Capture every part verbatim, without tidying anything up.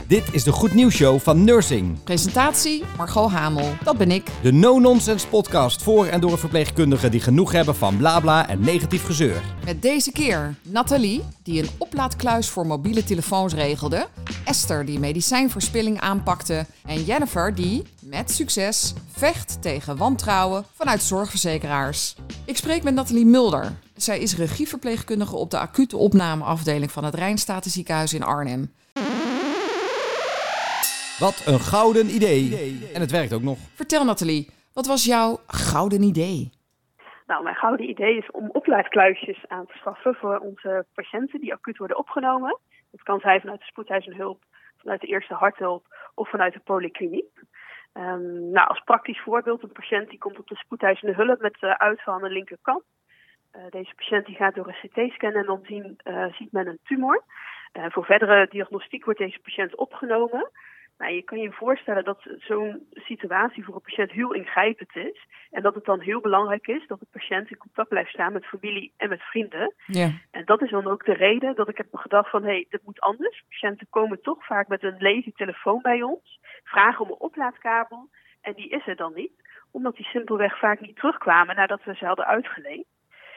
Dit is de Goed Nieuws Show van Nursing. Presentatie Margot Hamel, dat ben ik. De no-nonsense podcast voor en door een verpleegkundige die genoeg hebben van blabla en negatief gezeur. Met deze keer Nathalie, die een oplaadkluis voor mobiele telefoons regelde. Esther, die medicijnverspilling aanpakte. En Jennifer, die, met succes, vecht tegen wantrouwen vanuit zorgverzekeraars. Ik spreek met Nathalie Mulder. Zij is regieverpleegkundige op de acute opnameafdeling van het Rijnstatenziekenhuis in Arnhem. Wat een gouden idee. En het werkt ook nog. Vertel Nathalie, wat was jouw gouden idee? Nou, mijn gouden idee is om oplaadkluisjes aan te schaffen voor onze patiënten die acuut worden opgenomen. Dat kan zijn vanuit de spoedeisende hulp, vanuit de eerste harthulp of vanuit de polykliniek. Um, nou, als praktisch voorbeeld, een patiënt die komt op de spoedeisende hulp met uh, uitval aan de linkerkant. Uh, deze patiënt die gaat door een C T-scan en dan zien, uh, ziet men een tumor. Uh, voor verdere diagnostiek wordt deze patiënt opgenomen. Nou, je kan je voorstellen dat zo'n situatie voor een patiënt heel ingrijpend is. En dat het dan heel belangrijk is dat de patiënt in contact blijft staan met familie en met vrienden. Ja. En dat is dan ook de reden dat ik heb gedacht van, hé, hey, dit moet anders. Patiënten komen toch vaak met een lege telefoon bij ons, vragen om een oplaadkabel en die is er dan niet. Omdat die simpelweg vaak niet terugkwamen nadat we ze hadden uitgeleend.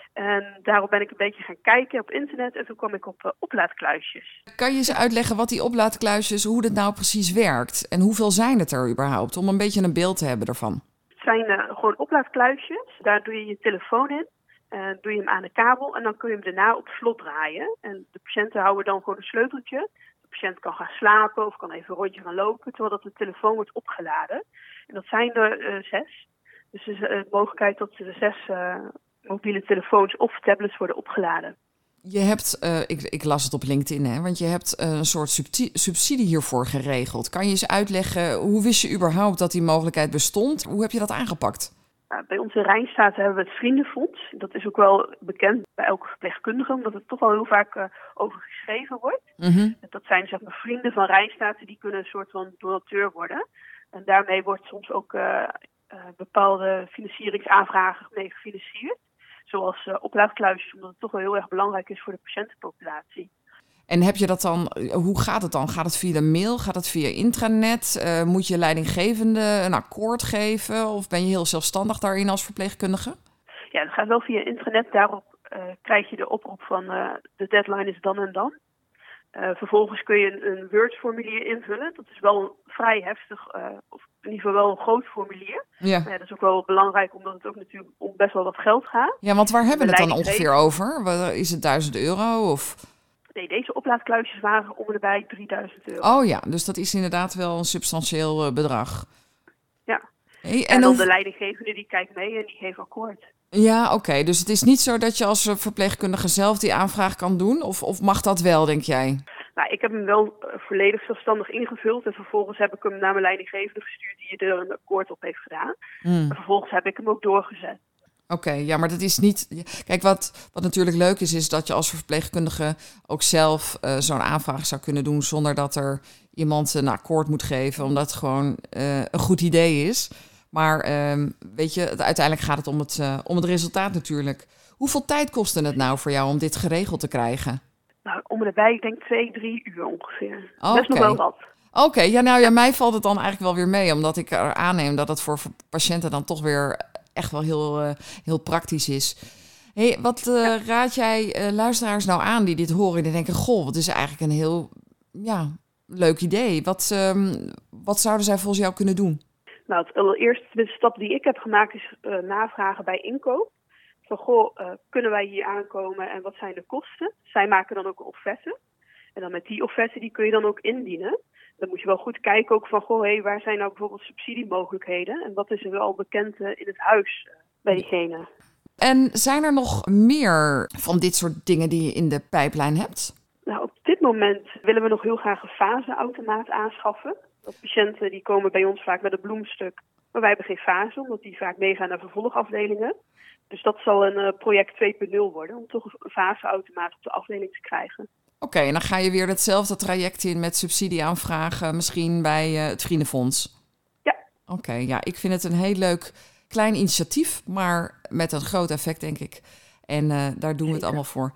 En daarom ben ik een beetje gaan kijken op internet en toen kwam ik op uh, oplaadkluisjes. Kan je eens uitleggen wat die oplaadkluisjes, hoe dat nou precies werkt? En hoeveel zijn het er überhaupt? Om een beetje een beeld te hebben ervan. Het zijn uh, gewoon oplaadkluisjes. Daar doe je je telefoon in. Uh, doe je hem aan de kabel en dan kun je hem daarna op slot draaien. En de patiënten houden dan gewoon een sleuteltje. De patiënt kan gaan slapen of kan even een rondje gaan lopen terwijl dat de telefoon wordt opgeladen. En dat zijn er uh, zes. Dus er is uh, de mogelijkheid dat er zes Uh, mobiele telefoons of tablets worden opgeladen. Je hebt, uh, ik, ik las het op LinkedIn, hè, want je hebt uh, een soort subti- subsidie hiervoor geregeld. Kan je eens uitleggen, hoe wist je überhaupt dat die mogelijkheid bestond? Hoe heb je dat aangepakt? Uh, bij onze Rijnstaat hebben we het Vriendenfonds. Dat is ook wel bekend bij elke verpleegkundige, omdat het toch al heel vaak uh, over geschreven wordt. Mm-hmm. Dat zijn zeg maar vrienden van Rijnstaten, die kunnen een soort van donateur worden. En daarmee wordt soms ook uh, uh, bepaalde financieringsaanvragen mee gefinancierd. Zoals uh, oplaadkluisjes, omdat het toch wel heel erg belangrijk is voor de patiëntenpopulatie. En heb je dat dan, hoe gaat het dan? Gaat het via de mail? Gaat het via intranet? Uh, moet je leidinggevende een akkoord geven? Of ben je heel zelfstandig daarin als verpleegkundige? Ja, het gaat wel via intranet. Daarop uh, krijg je de oproep van uh, de deadline is dan en dan. Uh, vervolgens kun je een, een Word-formulier invullen. Dat is wel vrij heftig, uh, of in ieder geval wel een groot formulier. Ja. Maar ja, dat is ook wel belangrijk, omdat het ook natuurlijk om best wel wat geld gaat. Ja, want waar hebben we het dan leiding ongeveer over? Is het duizend euro? Of? Nee, deze oplaadkluisjes waren om en bij drieduizend euro. Oh ja, dus dat is inderdaad wel een substantieel uh, bedrag. Ja, Hey, en, en dan of... de leidinggevende die kijkt mee en die geeft akkoord. Ja, oké. Okay. Dus het is niet zo dat je als verpleegkundige zelf die aanvraag kan doen? Of, of mag dat wel, denk jij? Nou, ik heb hem wel uh, volledig zelfstandig ingevuld. En vervolgens heb ik hem naar mijn leidinggevende gestuurd die er een akkoord op heeft gedaan. Hmm. En vervolgens heb ik hem ook doorgezet. Oké, okay, ja, maar dat is niet... Kijk, wat, wat natuurlijk leuk is, is dat je als verpleegkundige ook zelf uh, zo'n aanvraag zou kunnen doen zonder dat er iemand een akkoord moet geven, omdat het gewoon uh, een goed idee is. Maar um, weet je, uiteindelijk gaat het om het, uh, om het resultaat natuurlijk. Hoeveel tijd kostte het nou voor jou om dit geregeld te krijgen? Nou, om en bij, ik denk twee, drie uur ongeveer. Okay. Best nog wel wat. Oké, okay, ja, nou ja, mij valt het dan eigenlijk wel weer mee, omdat ik er aanneem dat het voor patiënten dan toch weer echt wel heel, uh, heel praktisch is. Hey, wat uh, ja. raad jij uh, luisteraars nou aan die dit horen en die denken, goh, wat is eigenlijk een heel ja, leuk idee. Wat, um, wat zouden zij volgens jou kunnen doen? Nou, het allereerste de stap die ik heb gemaakt is uh, navragen bij inkoop. Van, goh, uh, kunnen wij hier aankomen en wat zijn de kosten? Zij maken dan ook een offerte. En dan met die offerte, die kun je dan ook indienen. Dan moet je wel goed kijken ook van, goh, hey, waar zijn nou bijvoorbeeld subsidiemogelijkheden? En wat is er wel bekend uh, in het huis uh, bij diegene? En zijn er nog meer van dit soort dingen die je in de pijplijn hebt? Nou, op dit moment willen we nog heel graag een faseautomaat aanschaffen. Dat patiënten die komen bij ons vaak met een bloemstuk, maar wij hebben geen fase, omdat die vaak meegaan naar vervolgafdelingen. Dus dat zal een uh, project twee punt nul worden, om toch een faseautomaat op de afdeling te krijgen. Oké, okay, en dan ga je weer hetzelfde traject in met subsidieaanvragen, misschien bij uh, het Vriendenfonds. Ja. Oké, okay, ja, ik vind het een heel leuk klein initiatief, maar met een groot effect, denk ik. En uh, daar doen we het allemaal voor.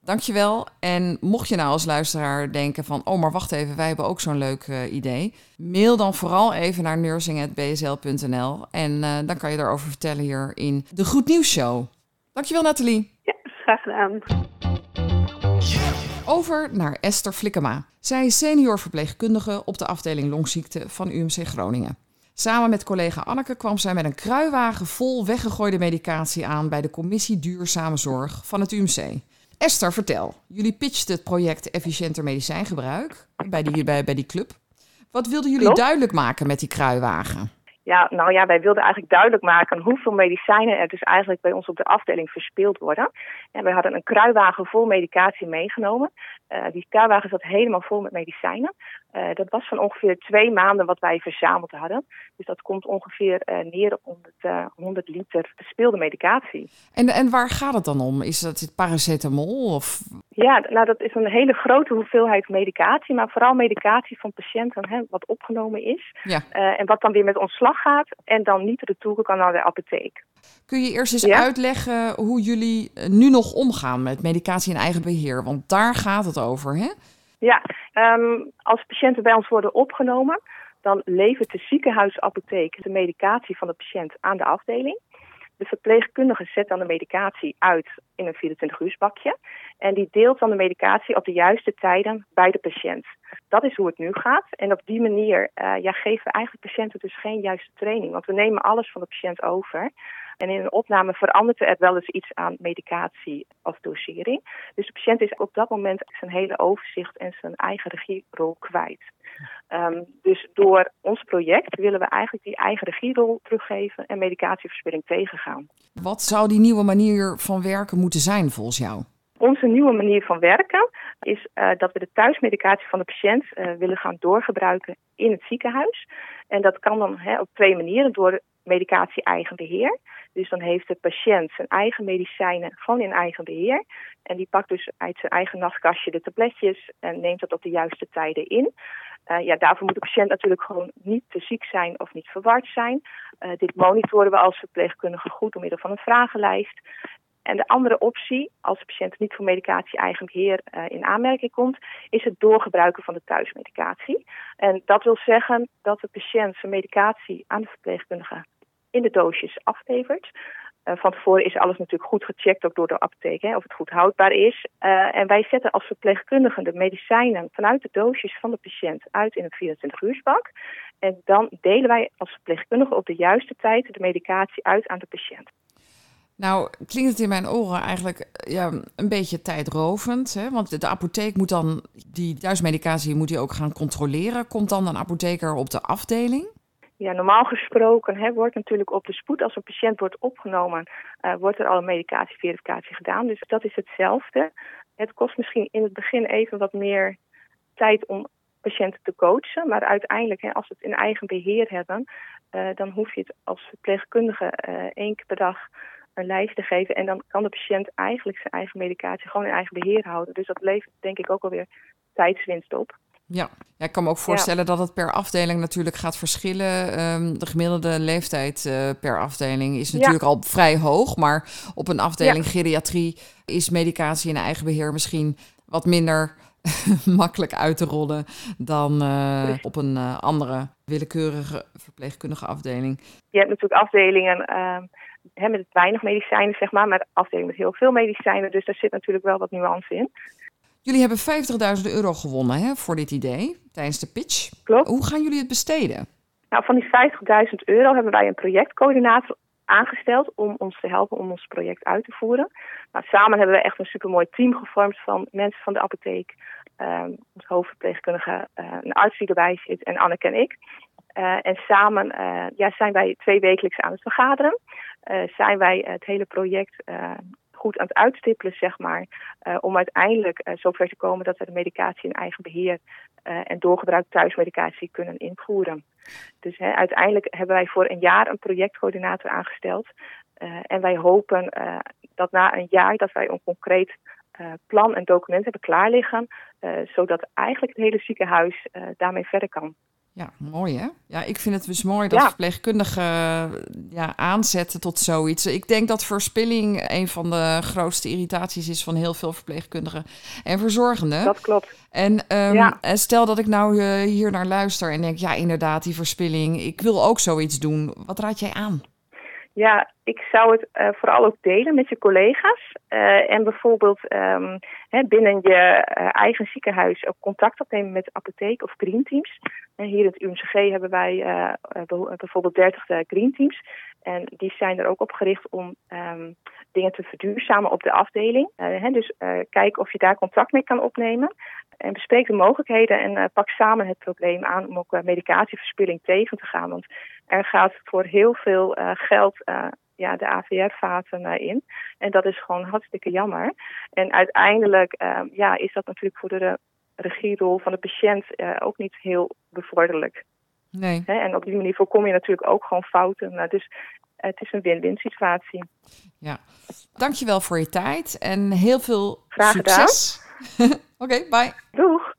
Dankjewel. En mocht je nou als luisteraar denken van... oh, maar wacht even, wij hebben ook zo'n leuk uh, idee. Mail dan vooral even naar nursing at b s l punt n l. En uh, dan kan je daarover vertellen hier in de Goed Nieuws Show. Dankjewel, Nathalie. Ja, graag gedaan. Over naar Esther Flikkema. Zij is senior verpleegkundige op de afdeling longziekte van U M C Groningen. Samen met collega Anneke kwam zij met een kruiwagen vol weggegooide medicatie aan... bij de commissie Duurzame Zorg van het U M C. Esther, vertel. Jullie pitchten het project Efficiënter Medicijngebruik bij die, bij, bij die club. Wat wilden jullie Klopt. duidelijk maken met die kruiwagen? Ja, nou ja, wij wilden eigenlijk duidelijk maken hoeveel medicijnen er dus eigenlijk bij ons op de afdeling verspild worden. En wij hadden een kruiwagen vol medicatie meegenomen. Uh, die kruiwagen zat helemaal vol met medicijnen. Uh, dat was van ongeveer twee maanden wat wij verzameld hadden. Dus dat komt ongeveer uh, neer op honderd, uh, honderd liter verspilde medicatie. En, en waar gaat het dan om? Is dat het paracetamol? Of... Ja, nou dat is een hele grote hoeveelheid medicatie. Maar vooral medicatie van patiënten, hè, wat opgenomen is. Ja. Uh, en wat dan weer met ontslag gaat en dan niet retour kan naar de apotheek. Kun je eerst eens ja? uitleggen hoe jullie nu nog omgaan met medicatie in eigen beheer? Want daar gaat het over, hè? Ja, um, als patiënten bij ons worden opgenomen, dan levert de ziekenhuisapotheek de medicatie van de patiënt aan de afdeling. De verpleegkundige zet dan de medicatie uit in een vierentwintig uur bakje. En die deelt dan de medicatie op de juiste tijden bij de patiënt. Dat is hoe het nu gaat. En op die manier uh, ja, geven we eigenlijk patiënten dus geen juiste training. Want we nemen alles van de patiënt over. En in een opname verandert er wel eens iets aan medicatie of dosering. Dus de patiënt is op dat moment zijn hele overzicht en zijn eigen regierol kwijt. Um, dus door ons project willen we eigenlijk die eigen regierol teruggeven en medicatieverspilling tegengaan. Wat zou die nieuwe manier van werken moeten zijn volgens jou? Onze nieuwe manier van werken is uh, dat we de thuismedicatie van de patiënt uh, willen gaan doorgebruiken in het ziekenhuis. En dat kan dan hè, op twee manieren, door medicatie eigen beheer. Dus dan heeft de patiënt zijn eigen medicijnen gewoon in eigen beheer. En die pakt dus uit zijn eigen nachtkastje de tabletjes en neemt dat op de juiste tijden in. Uh, ja, daarvoor moet de patiënt natuurlijk gewoon niet te ziek zijn of niet verward zijn. Uh, dit monitoren we als verpleegkundige goed door middel van een vragenlijst. En de andere optie, als de patiënt niet voor medicatie eigen beheer uh, in aanmerking komt, is het doorgebruiken van de thuismedicatie. En dat wil zeggen dat de patiënt zijn medicatie aan de verpleegkundige in de doosjes aflevert. Uh, van tevoren is alles natuurlijk goed gecheckt, ook door de apotheek, hè, of het goed houdbaar is. Uh, en wij zetten als verpleegkundigen de medicijnen vanuit de doosjes van de patiënt uit in een vierentwintig uur bak. En dan delen wij als verpleegkundigen op de juiste tijd de medicatie uit aan de patiënt. Nou, klinkt het in mijn oren eigenlijk ja, een beetje tijdrovend. Hè? Want de, de apotheek moet dan die thuismedicatie moet die ook gaan controleren. Komt dan een apotheker op de afdeling? Ja, normaal gesproken hè, wordt natuurlijk op de spoed, als een patiënt wordt opgenomen, uh, wordt er al een medicatieverificatie gedaan. Dus dat is hetzelfde. Het kost misschien in het begin even wat meer tijd om patiënten te coachen. Maar uiteindelijk, hè, als we het in eigen beheer hebben, uh, dan hoef je het als verpleegkundige uh, één keer per dag een lijst te geven. En dan kan de patiënt eigenlijk zijn eigen medicatie gewoon in eigen beheer houden. Dus dat levert denk ik ook alweer tijdswinst op. Ja. ja, ik kan me ook voorstellen ja. dat het per afdeling natuurlijk gaat verschillen. Um, de gemiddelde leeftijd uh, per afdeling is natuurlijk ja. al vrij hoog. Maar op een afdeling ja. geriatrie is medicatie in eigen beheer misschien wat minder makkelijk uit te rollen dan uh, op een uh, andere willekeurige verpleegkundige afdeling. Je hebt natuurlijk afdelingen uh, hè, met weinig medicijnen, zeg maar, maar afdelingen met heel veel medicijnen. Dus daar zit natuurlijk wel wat nuance in. Jullie hebben vijftigduizend euro gewonnen hè, voor dit idee tijdens de pitch. Klopt. Hoe gaan jullie het besteden? Nou, van die vijftigduizend euro hebben wij een projectcoördinator aangesteld om ons te helpen om ons project uit te voeren. Nou, samen hebben we echt een supermooi team gevormd van mensen van de apotheek, um, onze hoofdverpleegkundige, uh, een arts die erbij zit en Anneke en ik. Uh, en samen uh, ja, zijn wij twee wekelijks aan het vergaderen. Uh, zijn wij het hele project uh, goed aan het uitstippelen, zeg maar, uh, om uiteindelijk uh, zover te komen dat we de medicatie in eigen beheer uh, en doorgebruik thuismedicatie kunnen invoeren. Dus hè, uiteindelijk hebben wij voor een jaar een projectcoördinator aangesteld. Uh, en wij hopen uh, dat na een jaar dat wij een concreet uh, plan en document hebben klaar liggen, uh, zodat eigenlijk het hele ziekenhuis uh, daarmee verder kan. Ja, mooi hè? Ja, ik vind het dus mooi dat Ja. verpleegkundigen ja, aanzetten tot zoiets. Ik denk dat verspilling een van de grootste irritaties is van heel veel verpleegkundigen en verzorgenden. Dat klopt. En um, Ja. stel dat ik nou uh, hier naar luister en denk, ja inderdaad, die verspilling. Ik wil ook zoiets doen. Wat raad jij aan? Ja, ik zou het uh, vooral ook delen met je collega's. Uh, en bijvoorbeeld um, hè, binnen je uh, eigen ziekenhuis ook contact opnemen met de apotheek of greenteams. En hier in het U M C G hebben wij uh, uh, bijvoorbeeld dertig uh, greenteams. En die zijn er ook op gericht om um, dingen te verduurzamen op de afdeling. Uh, hè, dus uh, kijk of je daar contact mee kan opnemen. En bespreek de mogelijkheden en uh, pak samen het probleem aan om ook uh, medicatieverspilling tegen te gaan. Want er gaat voor heel veel uh, geld uh, ja, de A V R-vaten uh, in. En dat is gewoon hartstikke jammer. En uiteindelijk uh, ja, is dat natuurlijk voor de regierol van de patiënt uh, ook niet heel bevorderlijk. Nee. Hè? En op die manier voorkom je natuurlijk ook gewoon fouten. Uh, dus uh, het is een win-win situatie. Ja, dankjewel voor je tijd en heel veel Graag succes. Oké, okay, bye. Doeg.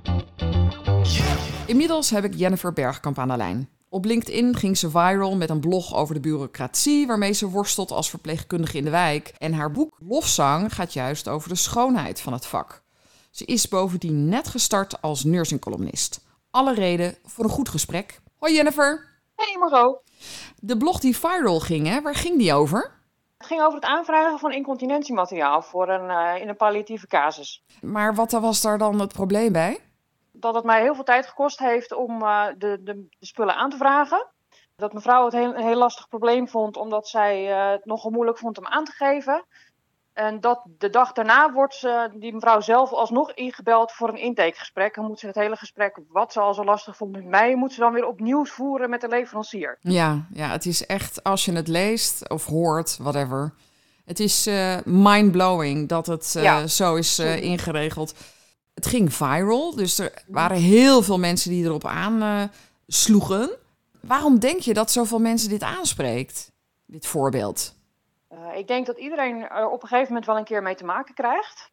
Inmiddels heb ik Jennifer Bergkamp aan de lijn. Op LinkedIn ging ze viral met een blog over de bureaucratie waarmee ze worstelt als verpleegkundige in de wijk. En haar boek Lofzang gaat juist over de schoonheid van het vak. Ze is bovendien net gestart als nursingcolumnist. Alle reden voor een goed gesprek. Hoi Jennifer. Hey Margot. De blog die viral ging, hè? Waar ging die over? Het ging over het aanvragen van incontinentiemateriaal voor een, uh, in een palliatieve casus. Maar wat was daar dan het probleem bij? Dat het mij heel veel tijd gekost heeft om uh, de, de, de spullen aan te vragen. Dat mevrouw het heel, een heel lastig probleem vond, omdat zij uh, het nogal moeilijk vond om aan te geven. En dat de dag daarna wordt ze, die mevrouw zelf alsnog ingebeld voor een intakegesprek. Dan moet ze het hele gesprek, wat ze al zo lastig vond met mij, moet ze dan weer opnieuw voeren met de leverancier. Ja, ja, het is echt, als je het leest of hoort, whatever. Het is uh, mind-blowing dat het uh, ja. zo is uh, ingeregeld. Het ging viral, dus er waren heel veel mensen die erop aan uh, sloegen. Waarom denk je dat zoveel mensen dit aanspreekt, dit voorbeeld? Uh, ik denk dat iedereen er op een gegeven moment wel een keer mee te maken krijgt.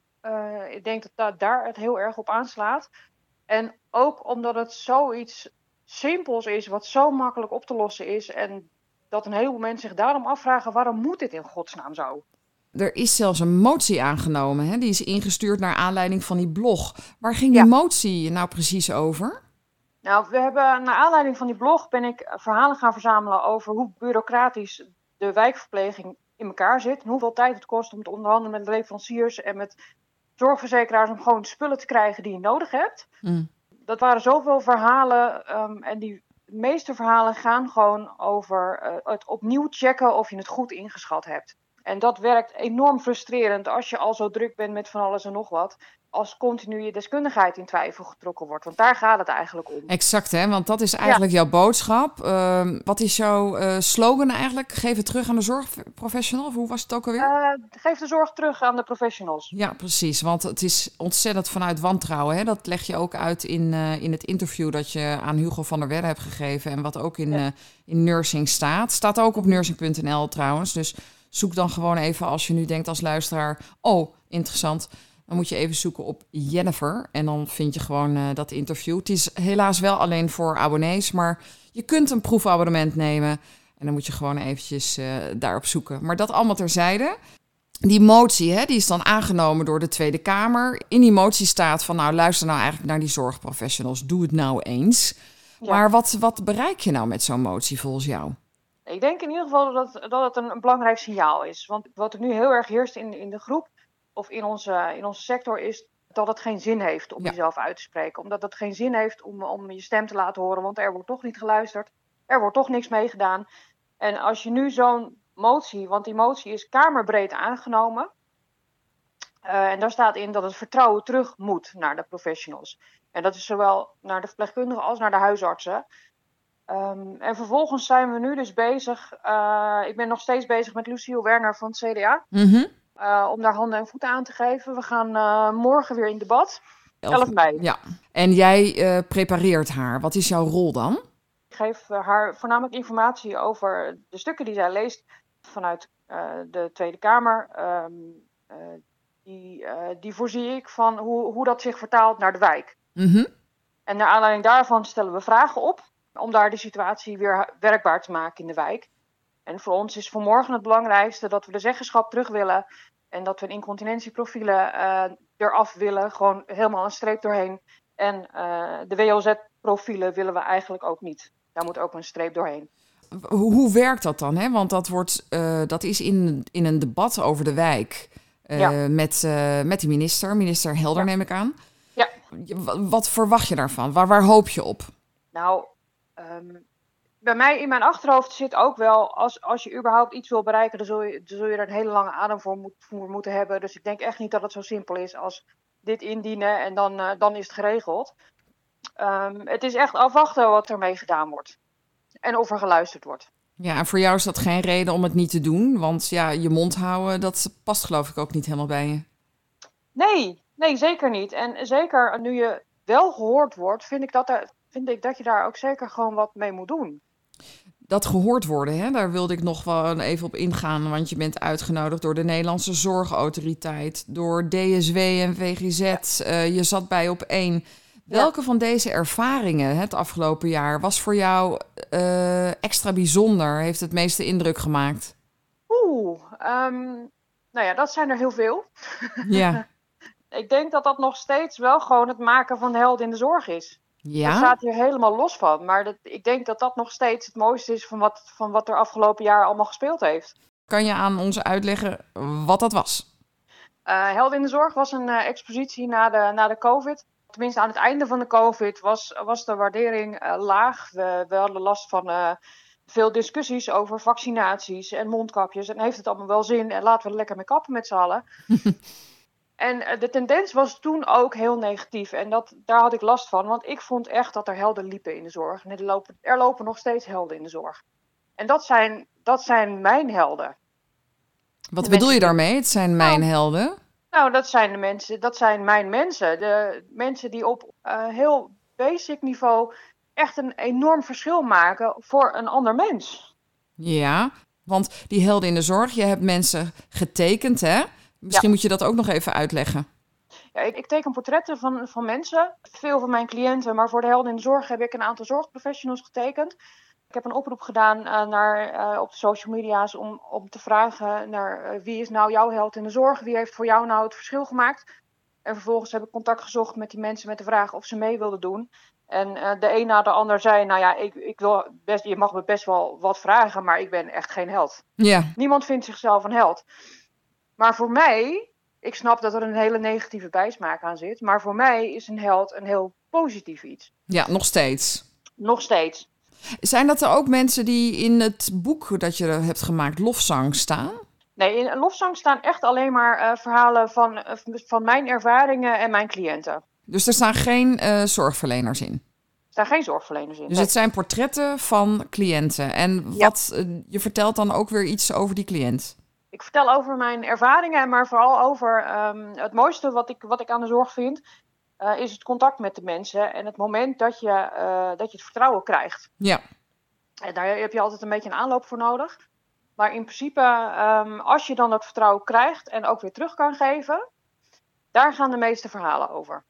Uh, ik denk dat da- daar het heel erg op aanslaat. En ook omdat het zoiets simpels is, wat zo makkelijk op te lossen is. En dat een heleboel mensen zich daarom afvragen, waarom moet dit in godsnaam zo? Er is zelfs een motie aangenomen, hè? Die is ingestuurd naar aanleiding van die blog. Waar ging die ja. motie nou precies over? Nou, we hebben naar aanleiding van die blog ben ik verhalen gaan verzamelen over hoe bureaucratisch de wijkverpleging in elkaar zit. En hoeveel tijd het kost om te onderhandelen met leveranciers en met zorgverzekeraars om gewoon spullen te krijgen die je nodig hebt. Mm. Dat waren zoveel verhalen um, en die de meeste verhalen gaan gewoon over uh, het opnieuw checken of je het goed ingeschat hebt. En dat werkt enorm frustrerend als je al zo druk bent met van alles en nog wat. Als continu je deskundigheid in twijfel getrokken wordt. Want daar gaat het eigenlijk om. Exact, hè? Want dat is eigenlijk ja. jouw boodschap. Uh, wat is jouw uh, slogan eigenlijk? Geef het terug aan de zorgprofessional? Of hoe was het ook alweer? Uh, geef de zorg terug aan de professionals. Ja, precies. Want het is ontzettend vanuit wantrouwen. Hè? Dat leg je ook uit in, uh, in het interview dat je aan Hugo van der Werre hebt gegeven. En wat ook in, ja. uh, in Nursing staat. Staat ook op nursing punt n l trouwens. Dus zoek dan gewoon even als je nu denkt als luisteraar. Oh, interessant. Dan moet je even zoeken op Jennifer en dan vind je gewoon uh, dat interview. Het is helaas wel alleen voor abonnees, maar je kunt een proefabonnement nemen. En dan moet je gewoon eventjes uh, daarop zoeken. Maar dat allemaal terzijde. Die motie, hè, die is dan aangenomen door de Tweede Kamer. In die motie staat van, nou luister nou eigenlijk naar die zorgprofessionals. Doe het nou eens. Ja. Maar wat, wat bereik je nou met zo'n motie volgens jou? Ik denk in ieder geval dat, dat het een, een belangrijk signaal is. Want wat er nu heel erg heerst in, in de groep of in onze, in onze sector is dat het geen zin heeft om ja. jezelf uit te spreken. Omdat het geen zin heeft om, om je stem te laten horen, want er wordt toch niet geluisterd. Er wordt toch niks mee gedaan. En als je nu zo'n motie, want die motie is kamerbreed aangenomen. Uh, en daar staat in dat het vertrouwen terug moet naar de professionals. En dat is zowel naar de verpleegkundigen als naar de huisartsen. Um, en vervolgens zijn we nu dus bezig. Uh, ik ben nog steeds bezig met Luciel Werner van het C D A. Mm-hmm. Uh, om daar handen en voeten aan te geven. We gaan uh, morgen weer in debat. elf mei. Ja. En jij uh, prepareert haar. Wat is jouw rol dan? Ik geef uh, haar voornamelijk informatie over de stukken die zij leest vanuit uh, de Tweede Kamer. Um, uh, die, uh, die voorzie ik van hoe, hoe dat zich vertaalt naar de wijk. Mm-hmm. En naar aanleiding daarvan stellen we vragen op om daar de situatie weer werkbaar te maken in de wijk. En voor ons is vanmorgen het belangrijkste dat we de zeggenschap terug willen en dat we de incontinentieprofielen uh, eraf willen, gewoon helemaal een streep doorheen. En uh, de W O Z-profielen willen we eigenlijk ook niet. Daar moet ook een streep doorheen. Hoe, hoe werkt dat dan? Hè? Want dat, wordt, uh, dat is in, in een debat over de wijk uh, ja. met, uh, met de minister, minister Helder ja. neem ik aan. Ja. Wat verwacht je daarvan? Waar, waar hoop je op? Nou, um, bij mij in mijn achterhoofd zit ook wel, als, als je überhaupt iets wil bereiken, dan zul je, dan zul je er een hele lange adem voor, moet, voor moeten hebben. Dus ik denk echt niet dat het zo simpel is als dit indienen en dan, uh, dan is het geregeld. Um, het is echt afwachten wat ermee gedaan wordt. En of er geluisterd wordt. Ja, en voor jou is dat geen reden om het niet te doen? Want ja, je mond houden, dat past geloof ik ook niet helemaal bij je. Nee, nee, zeker niet. En zeker nu je wel gehoord wordt, vind ik dat, er, vind ik dat je daar ook zeker gewoon wat mee moet doen. Dat gehoord worden, hè, daar wilde ik nog wel even op ingaan. Want je bent uitgenodigd door de Nederlandse Zorgautoriteit, door D S W en V G Z. Ja. Uh, je zat bij op één. Welke ja. van deze ervaringen het afgelopen jaar was voor jou uh, extra bijzonder? Heeft het meeste indruk gemaakt? Oeh, um, nou ja, dat zijn er heel veel. Ja. Ik denk dat dat nog steeds wel gewoon het maken van helden in de zorg is. Ja? Dat staat hier helemaal los van. Maar dat, ik denk dat dat nog steeds het mooiste is van wat, van wat er afgelopen jaar allemaal gespeeld heeft. Kan je aan ons uitleggen wat dat was? Uh, Helden in de Zorg was een uh, expositie na de, na de COVID. Tenminste, aan het einde van de COVID was, was de waardering uh, laag. We, we hadden last van uh, veel discussies over vaccinaties en mondkapjes. En heeft het allemaal wel zin? En laten we er lekker mee kappen met z'n allen. En uh, de tendens was toen ook heel negatief. En dat, daar had ik last van. Want ik vond echt dat er helden liepen in de zorg. En er lopen, er lopen nog steeds helden in de zorg. En dat zijn, dat zijn mijn helden. Wat de bedoel je daarmee? Het zijn mijn nou, helden? Nou, dat zijn de mensen, dat zijn mijn mensen. De mensen die op uh, heel basic niveau echt een enorm verschil maken voor een ander mens. Ja, want die helden in de zorg, je hebt mensen getekend, hè? Misschien ja. moet je dat ook nog even uitleggen. Ja, ik, ik teken portretten van, van mensen, veel van mijn cliënten, maar voor de helden in de zorg heb ik een aantal zorgprofessionals getekend. Ik heb een oproep gedaan uh, naar, uh, op de social media's om, om te vragen naar uh, wie is nou jouw held in de zorg? Wie heeft voor jou nou het verschil gemaakt? En vervolgens heb ik contact gezocht met die mensen met de vraag of ze mee wilden doen. En uh, de een na de ander zei, nou ja, ik, ik wil best, je mag me best wel wat vragen, maar ik ben echt geen held. Ja. Niemand vindt zichzelf een held. Maar voor mij, ik snap dat er een hele negatieve bijsmaak aan zit, maar voor mij is een held een heel positief iets. Ja, nog steeds. Nog steeds. Zijn dat er ook mensen die in het boek dat je hebt gemaakt, Lofzang, staan? Nee, in Lofzang staan echt alleen maar uh, verhalen van, uh, van mijn ervaringen en mijn cliënten. Dus er staan geen uh, zorgverleners in? Er staan geen zorgverleners in. Dus nee. Het zijn portretten van cliënten. En wat, ja. uh, je vertelt dan ook weer iets over die cliënt? Ik vertel over mijn ervaringen, maar vooral over um, het mooiste wat ik, wat ik aan de zorg vind. Uh, is het contact met de mensen en het moment dat je, uh, dat je het vertrouwen krijgt. Ja. En daar heb je altijd een beetje een aanloop voor nodig. Maar in principe, um, als je dan dat vertrouwen krijgt en ook weer terug kan geven, daar gaan de meeste verhalen over.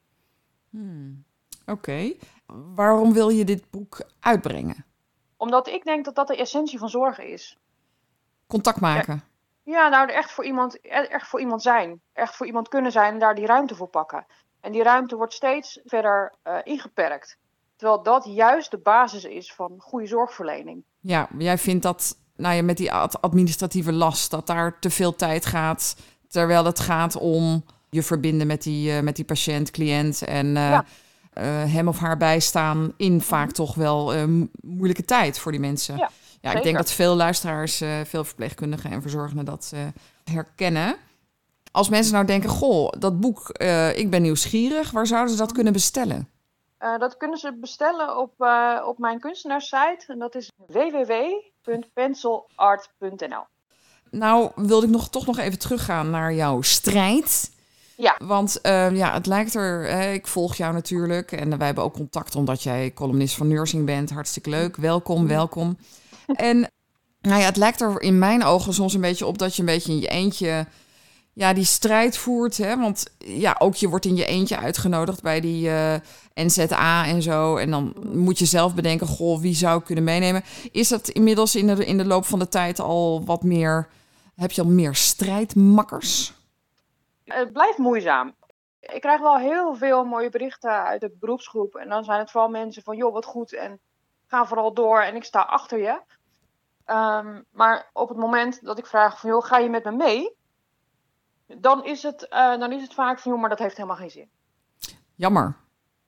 Hmm. Oké. Okay. Waarom wil je dit boek uitbrengen? Omdat ik denk dat dat de essentie van zorgen is. Contact maken. Ja, ja nou echt voor, iemand, echt voor iemand zijn. Echt voor iemand kunnen zijn en daar die ruimte voor pakken. En die ruimte wordt steeds verder uh, ingeperkt. Terwijl dat juist de basis is van goede zorgverlening. Ja, jij vindt dat nou ja, met die administratieve last, dat daar te veel tijd gaat. Terwijl het gaat om je verbinden met die, uh, met die patiënt, cliënt en uh, ja. uh, hem of haar bijstaan in mm-hmm. vaak toch wel uh, moeilijke tijd voor die mensen. Ja, ja ik denk dat veel luisteraars, uh, veel verpleegkundigen en verzorgenden dat uh, herkennen. Als mensen nou denken, goh, dat boek, uh, ik ben nieuwsgierig, waar zouden ze dat kunnen bestellen? Uh, dat kunnen ze bestellen op, uh, op mijn kunstenaarssite. En dat is w w w punt pencilart punt n l. Nou, wilde ik nog, toch nog even teruggaan naar jouw strijd. Ja. Want uh, ja, het lijkt er, hè, ik volg jou natuurlijk. En wij hebben ook contact omdat jij columnist van Nursing bent. Hartstikke leuk. Welkom, welkom. En nou ja, het lijkt er in mijn ogen soms een beetje op dat je een beetje in je eentje ja, die strijd voert. Hè? Want ja, ook je wordt in je eentje uitgenodigd bij die uh, N Z A en zo. En dan moet je zelf bedenken, goh, wie zou ik kunnen meenemen? Is dat inmiddels in de, in de loop van de tijd al wat meer... Heb je al meer strijdmakkers? Het blijft moeizaam. Ik krijg wel heel veel mooie berichten uit de beroepsgroep. En dan zijn het vooral mensen van, joh, wat goed. En ga vooral door en ik sta achter je. Um, maar op het moment dat ik vraag van, joh, ga je met me mee? Dan is het, uh, dan is het vaak van, joh, maar dat heeft helemaal geen zin. Jammer.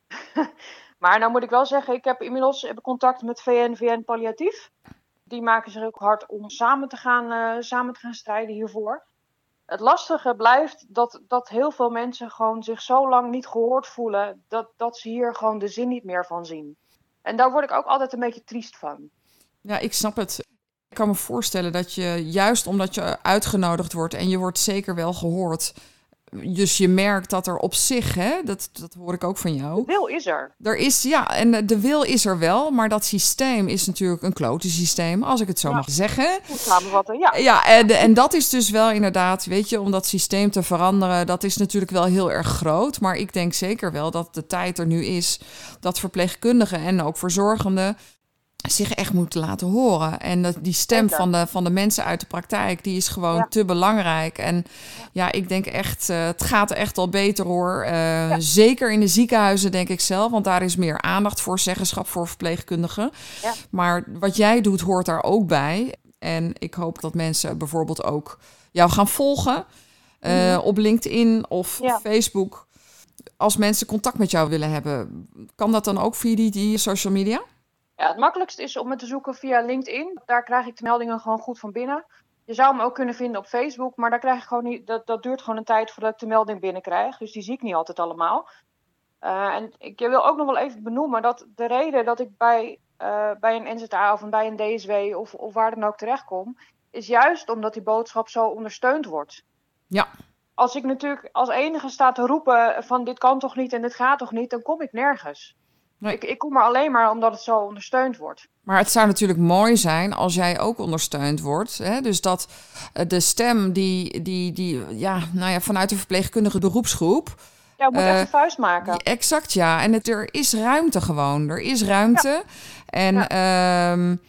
Maar nou moet ik wel zeggen, ik heb inmiddels heb ik contact met V N V N Palliatief. Die maken zich ook hard om samen te gaan, uh, samen te gaan strijden hiervoor. Het lastige blijft dat, dat heel veel mensen gewoon zich zo lang niet gehoord voelen, dat, dat ze hier gewoon de zin niet meer van zien. En daar word ik ook altijd een beetje triest van. Ja, ik snap het. Ik kan me voorstellen dat je, juist omdat je uitgenodigd wordt en je wordt zeker wel gehoord, dus je merkt dat er op zich, hè, dat, dat hoor ik ook van jou. De wil is er. Er is, ja, en de wil is er wel, maar dat systeem is natuurlijk een klote systeem, als ik het zo ja. mag zeggen. Goed samenvatten, ja. Ja, en, en dat is dus wel inderdaad, weet je, om dat systeem te veranderen, dat is natuurlijk wel heel erg groot. Maar ik denk zeker wel dat de tijd er nu is dat verpleegkundigen en ook verzorgenden zich echt moeten laten horen. En dat die stem van de, van de mensen uit de praktijk, die is gewoon ja. te belangrijk. En ja, ik denk echt, uh, het gaat echt al beter hoor. Uh, ja. Zeker in de ziekenhuizen denk ik zelf, want daar is meer aandacht voor, zeggenschap voor verpleegkundigen. Ja. Maar wat jij doet, hoort daar ook bij. En ik hoop dat mensen bijvoorbeeld ook jou gaan volgen uh, mm-hmm. op LinkedIn of ja. Facebook. Als mensen contact met jou willen hebben, kan dat dan ook via die, die social media? Ja, het makkelijkste is om me te zoeken via LinkedIn. Daar krijg ik de meldingen gewoon goed van binnen. Je zou me ook kunnen vinden op Facebook, maar daar krijg ik gewoon niet, dat, dat duurt gewoon een tijd voordat ik de melding binnenkrijg. Dus die zie ik niet altijd allemaal. Uh, en ik wil ook nog wel even benoemen dat de reden dat ik bij, uh, bij een N Z A of bij een D S W of, of waar dan ook terechtkom, is juist omdat die boodschap zo ondersteund wordt. Ja. Als ik natuurlijk als enige sta te roepen van dit kan toch niet en dit gaat toch niet, dan kom ik nergens. Nee. Ik, ik kom er alleen maar omdat het zo ondersteund wordt. Maar het zou natuurlijk mooi zijn als jij ook ondersteund wordt. Hè? Dus dat de stem die, die, die ja, nou ja, vanuit de verpleegkundige beroepsgroep. Ja, moet uh, echt een vuist maken. Exact, ja. En het, er is ruimte gewoon. Er is ruimte. Ja. En ja. um,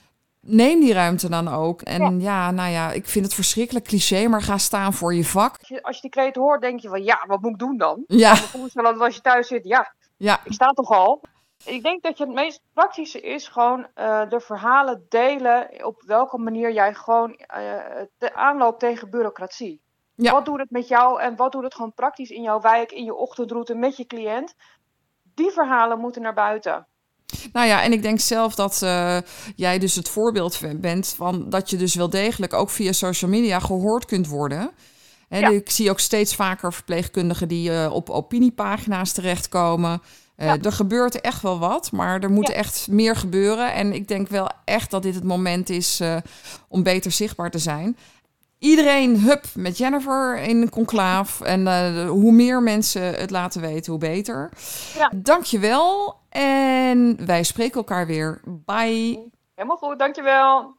neem die ruimte dan ook. En ja. ja, nou ja, ik vind het verschrikkelijk cliché, maar ga staan voor je vak. Als je, als je die kreet hoort, denk je van ja, wat moet ik doen dan? Ja. Ik kan me voorstellen dat als je thuis zit, ja. Ja. Ik sta toch al. Ik denk dat je het meest praktische is gewoon uh, de verhalen delen op welke manier jij gewoon uh, de aanloopt tegen bureaucratie. Ja. Wat doet het met jou en wat doet het gewoon praktisch in jouw wijk, in je ochtendroute met je cliënt? Die verhalen moeten naar buiten. Nou ja, en ik denk zelf dat uh, jij dus het voorbeeld bent van dat je dus wel degelijk ook via social media gehoord kunt worden. En ja. Ik zie ook steeds vaker verpleegkundigen die uh, op opiniepagina's terechtkomen. Uh, ja. Er gebeurt echt wel wat, maar er moet ja. echt meer gebeuren. En ik denk wel echt dat dit het moment is uh, om beter zichtbaar te zijn. Iedereen, hup, met Jennifer in een conclaaf. En uh, hoe meer mensen het laten weten, hoe beter. Ja. Dankjewel. En wij spreken elkaar weer. Bye. Helemaal goed, dankjewel.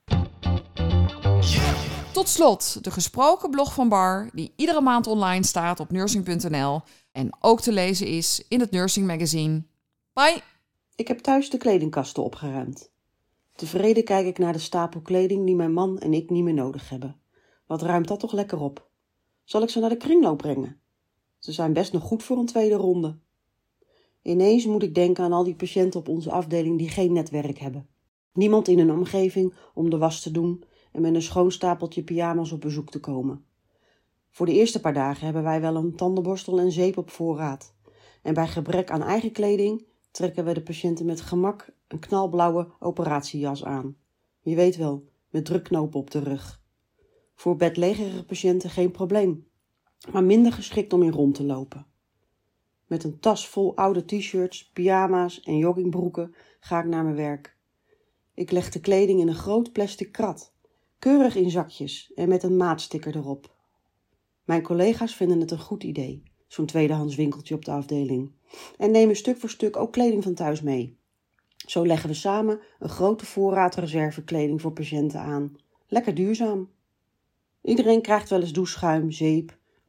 Tot slot de gesproken blog van Bar, die iedere maand online staat op nursing punt n l en ook te lezen is in het Nursing Magazine. Bye! Ik heb thuis de kledingkasten opgeruimd. Tevreden kijk ik naar de stapel kleding die mijn man en ik niet meer nodig hebben. Wat ruimt dat toch lekker op? Zal ik ze naar de kringloop brengen? Ze zijn best nog goed voor een tweede ronde. Ineens moet ik denken aan al die patiënten op onze afdeling die geen netwerk hebben. Niemand in hun omgeving om de was te doen en met een schoon stapeltje pyjama's op bezoek te komen. Voor de eerste paar dagen hebben wij wel een tandenborstel en zeep op voorraad. En bij gebrek aan eigen kleding trekken we de patiënten met gemak een knalblauwe operatiejas aan. Je weet wel, met drukknopen op de rug. Voor bedlegerige patiënten geen probleem, maar minder geschikt om in rond te lopen. Met een tas vol oude t-shirts, pyjama's en joggingbroeken ga ik naar mijn werk. Ik leg de kleding in een groot plastic krat, keurig in zakjes en met een maatsticker erop. Mijn collega's vinden het een goed idee, zo'n tweedehands winkeltje op de afdeling, en nemen stuk voor stuk ook kleding van thuis mee. Zo leggen we samen een grote voorraad reservekleding voor patiënten aan. Lekker duurzaam. Iedereen krijgt wel eens doucheschuim, zeep,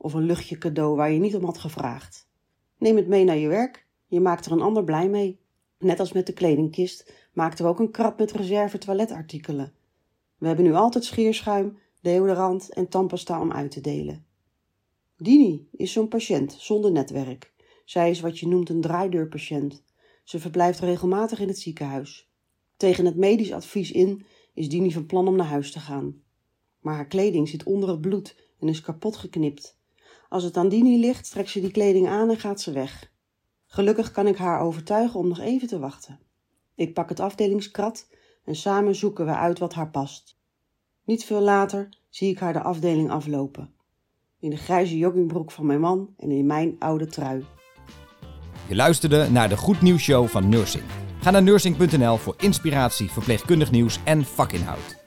of een luchtje cadeau waar je niet om had gevraagd. Neem het mee naar je werk, je maakt er een ander blij mee. Net als met de kledingkist maakten we ook een krat met reserve toiletartikelen. We hebben nu altijd scheerschuim, deodorant en tandpasta om uit te delen. Dini is zo'n patiënt zonder netwerk. Zij is wat je noemt een draaideurpatiënt. Ze verblijft regelmatig in het ziekenhuis. Tegen het medisch advies in is Dini van plan om naar huis te gaan. Maar haar kleding zit onder het bloed en is kapot geknipt. Als het aan Dini ligt, trekt ze die kleding aan en gaat ze weg. Gelukkig kan ik haar overtuigen om nog even te wachten. Ik pak het afdelingskrat en samen zoeken we uit wat haar past. Niet veel later zie ik haar de afdeling aflopen. In de grijze joggingbroek van mijn man en in mijn oude trui. Je luisterde naar de Goed Nieuws Show van Nursing. Ga naar nursing punt n l voor inspiratie, verpleegkundig nieuws en vakinhoud.